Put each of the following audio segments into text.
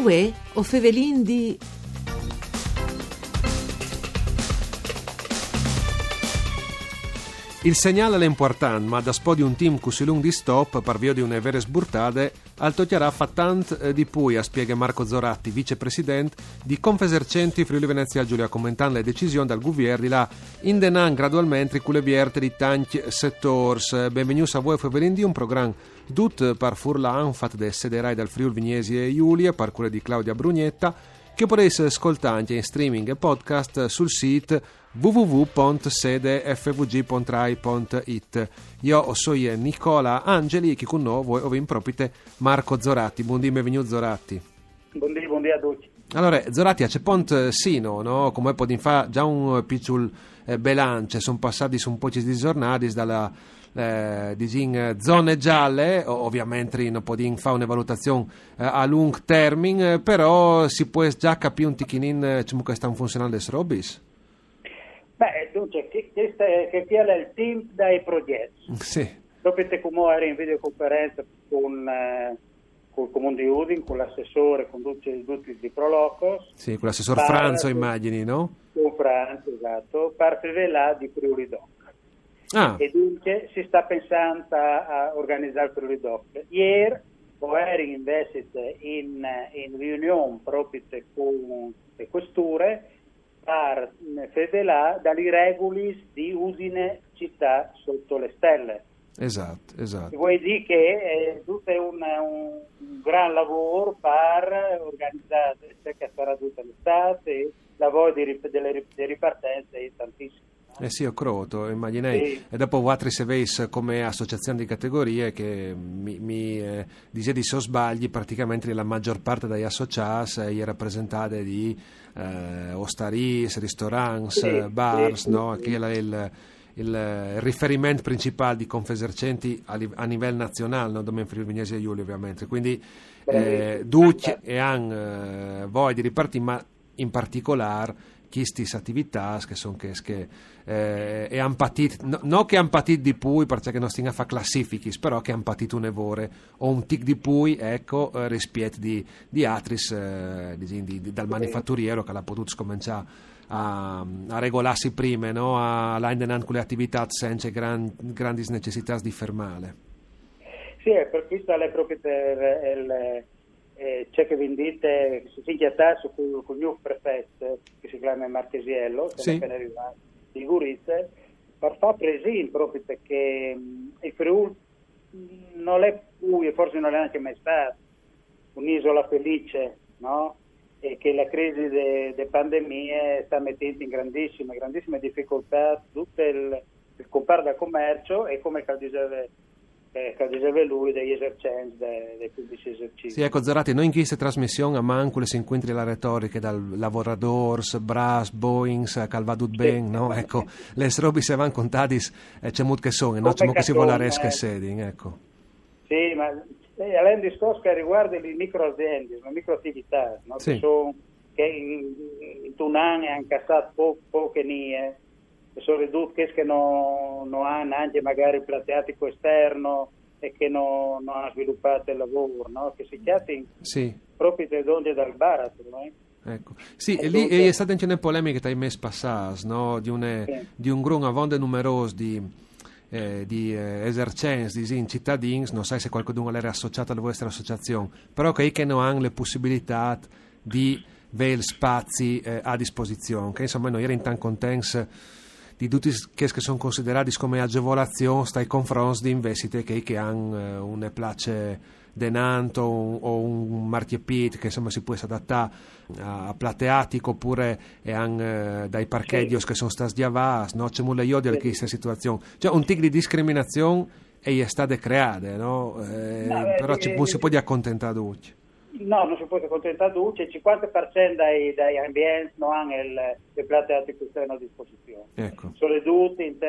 Uè, o fevelin di... Il segnale è importante, ma da spo di un team così lungo di stop, per via di une vere sburtade, al toccherà fa tant di poi, a spiega Marco Zoratti, vicepresidente di Confesercenti Friuli Venezia Giulia, commentando le decisioni dal governo di là indenan gradualmente con le vierte di tanti settors. Benvenuti a voi Fevelin di un programma dut par Furlan, fatto da Sederai dal Friuli Vignesi e Giulia, par cura di Claudia Brugnetta, che potete ascoltare anche in streaming e podcast sul sito www.sedefvg.rai.it. Io sono Nicola Angeli e chi con noi voi ovin propite Marco Zoratti. Buondì, benvenuto Zoratti. Buondì a tutti. Allora, Zoratti, a c'è pont sino, no? Come potete fare già un piccolo bilancio, sono passati su un po' di giornate dalla zone gialle, ovviamente non potete fare una valutazione a lungo termine, però si può già capire un ticchinin come stanno funzionando le robis. Beh, dunque, che è il team dai progetti. Sì. Dopo te come ero in videoconferenza con il Comune di Udine, con l'assessore, con tutti di Prolocos. Sì, con l'assessor Franzo, immagini, no? Con Franzo, esatto, parte là di Friuli Doc. Ah. E dunque si sta pensando a organizzare il Friuli Doc. Ieri ero invece in riunione proprio con le questure per fedele dalle regole di Udine città sotto le stelle. Esatto. Vuoi dire che è tutto un gran lavoro per organizzare, c'è che sarà tutta l'estate, il lavoro di ripartenza è tantissimo. Sì, ho croto, immaginai. Sì. E dopo altri se veis come associazione di categorie che mi dice di so sbagli, praticamente la maggior parte degli associati è rappresentata di ostaris, ristoranti, bars, no? Che è il riferimento principale di Confesercenti a livello nazionale, no? Dove in Friuli Vignesi e Giulia ovviamente. Quindi Duc e han voi di ripartire, ma in particolare queste attività che sono che hanno patito, non che hanno patito di più perché non stiamo a fare classifiche, però che hanno patito un evore o un tic di più, ecco, rispetto di altri dal manifatturiero che l'ha potuto cominciare a regolarsi prima, no? A l'indennare con le attività senza grandi necessità di fermare. Sì, per questo è proprio c'è che vi dite si inchiatasse con il nuovo prefetto che si chiama Marchesiello, che sì. è appena arrivato di Gurizia, per far presente proprio che il Friuli non è più e forse non è neanche mai stato un'isola felice, no? E che la crisi delle pandemie sta mettendo in grandissime difficoltà tutto il comparto del commercio e come diceva lui degli esercenti, dei pubblici esercizi. Sì, ecco Zoratti, noi in questa trasmissione a Mancule si incontri la retorica dal lavoradores, Bras, Boeings, Calvadut Ben, sì. No? Ecco, le robe se van contati c'è molto che sono, no? C'è che si vuole resca seding, ecco. Sì, ma è un discorso che riguarda le microaziende, le microattività, no? Sì. Che in un anno hanno incassato poche nie, che sono ridotte che non hanno anche magari il plateatico esterno e che non hanno sviluppato il lavoro, no? Che si chiamano proprio le donne dal baratro, no? Ecco. Sì, e lì è stata anche una polemica tra i mesi passati, no? Di un gruppo avonde numeroso di esercenti, di cittadini, non sai se qualcuno era associato alla vostra associazione, però che non hanno le possibilità di avere spazi a disposizione, che insomma noi eravamo tan contenti di tutti che sono considerati come agevolazioni stai confronti di investite che hanno una place denanto o un marchiepit che insomma si può adattare a plateatico oppure dai parcheggi che sono stati diavati, no? C'è molto iodio di questa situazione, cioè un tic di discriminazione è stata creata, no? Però non si può accontentare tutti. No, non si può accontentare tutti, il 50% dai ambienti non hanno le plateatiche esterno a disposizione. Ecco. Sono ridotti in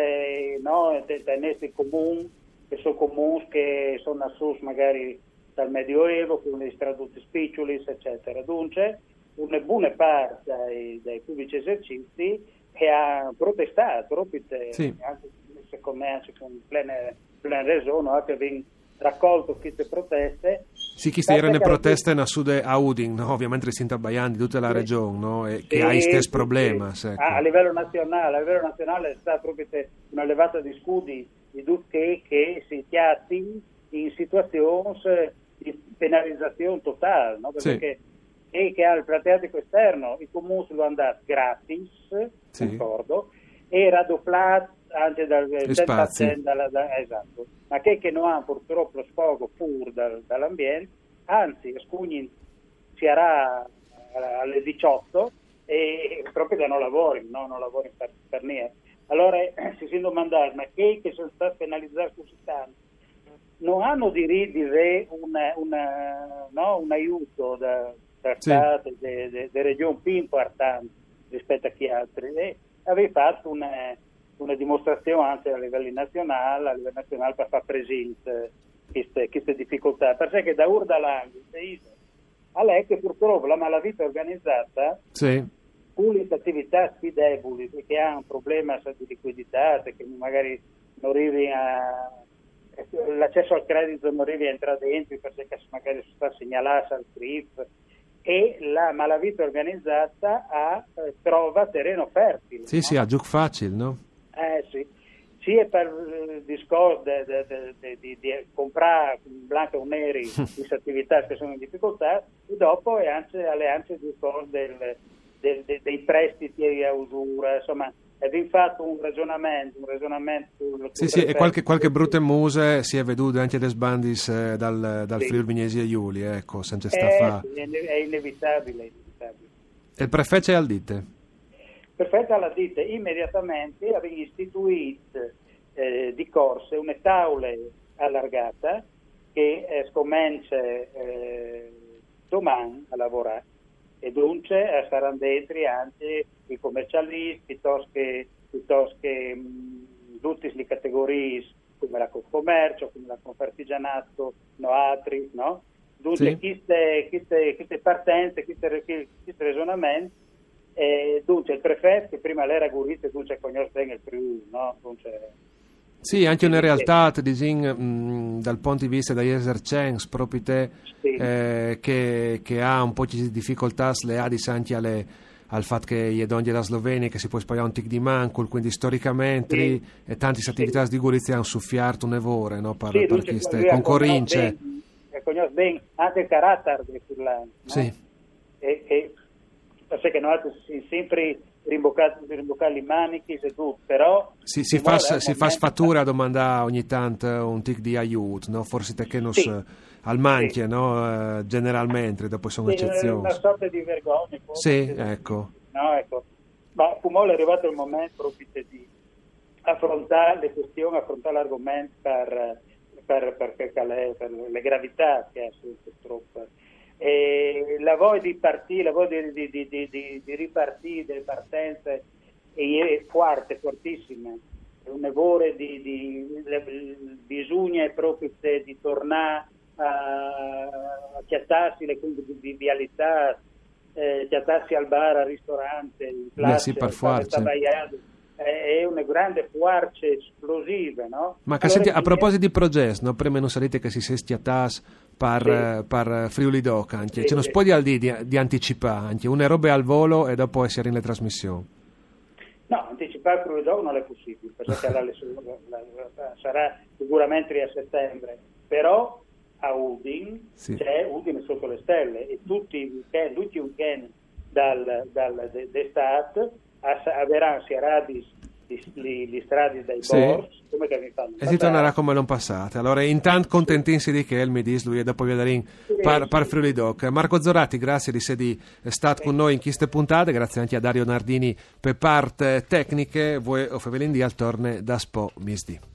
questi comuni, che sono comuni che sono assunti magari dal Medioevo, con gli straduti spiccioli, eccetera. Dunque, una buona parte dei pubblici esercizi che ha protestato, proprio sì. Anche secondo me con plena ragione, che vengono raccolto queste proteste Sì, chi sta in proteste a sud a Udin, no? Ovviamente si Baian di tutta la regione, no? E che ha i stessi problemi. Ecco. A livello nazionale è stata proprio una levata di scudi di tutti che si chiatti in situazioni di penalizzazione totale, no? Perché che ha il prateatico esterno, i comuni lo hanno dato gratis, d'accordo, e raddoppiato anche dal esatto, ma che non ha purtroppo lo sfogo pur dall'ambiente, anzi scugni si sarà alle 18 e proprio da non lavori per niente. Allora si domandano, ma che sono stati penalizzati così tanto non hanno diritto di avere un aiuto da parte delle regioni più importanti rispetto a chi altri, e aveva fatto una dimostrazione anche a livello nazionale per far presente queste difficoltà, perché da Urdalang a lei che purtroppo la malavita organizzata con le attività più deboli che ha un problema di liquidità, che magari non arrivi l'accesso al credito non arrivi a entrare dentro perché magari si sta segnalata al CRIF, e la malavita organizzata trova terreno fertile. Sì, a gioco facile, no? Sì, è per il discorso di comprare un blanco o neri queste attività che sono in difficoltà, e dopo è anche il discorso dei prestiti a usura, insomma. Abbiamo fatto un ragionamento sì, e qualche brutte muse si è veduto anche dei sbandis dal Friuli Venezia Giulia, ecco, senza staffa. È inevitabile. E il prefetto è al dite? Il prefetto alla dite immediatamente aveva istituito di corse una tavola allargata che scomincia domani a lavorare, e dunque saranno dentro anche i commercialisti, piuttosto che tutte le categorie come la commercio, come la confartigianato, altri, no? Dunque queste partenze, questi ragionamenti, dunque il prefetto che prima l'era gurito, dunque conosce bene il Friuli, no? Dunque, sì, anche una realtà dal punto di vista degli esercenti proprio che ha un po' di difficoltà le ha anche al fatto che gli donne della Slovenia che si può spagare un tic di mancul, quindi storicamente e tante attività di Gorizia hanno sofferto un evore, no? Per queste concorrenze. Conosce bene anche il carattere del Furlan, no? Sì. E perché noi sempre rimboccare le maniche e tutto, però si fa sfattura a domandare ogni tanto un tic di aiuto, no? Forse perché non al manche, no? Generalmente, dopo sono eccezioni. Una sorta di vergogna. Ecco. No, ecco. Ma Fumol è arrivato il momento proprio di affrontare le questioni, affrontare l'argomento per le gravità che ha purtroppo. E la voglia di partire, la voglia di ripartire delle partenze è fortissima. È un evore bisogna proprio di tornare a chiattarsi le vialità, chiattarsi al bar, al ristorante, in classe, è una grande forza esplosiva, no? Ma allora, a proposito di progetto, no? Prima non sapete che si sestiatas per Friuli Doc anche, c'è uno po' di anticipare anche una roba al volo e dopo essere in le trasmissioni. No, anticipare Friuli Doc non è possibile perché sarà sicuramente a settembre, però a Udin c'è Udin sotto le stelle e tutti i weekend d'estate avranno gli stradi dei borsi, come che mi fanno. E si tornerà come non passate. Allora, intanto contentissimi di che il midis lui e dopo vedremo par Friuli Doc. Marco Zorati, grazie di essere stato con noi in queste puntate, grazie anche a Dario Nardini per parte tecniche. Voi o Fevelindi al torne da Spo Misdi.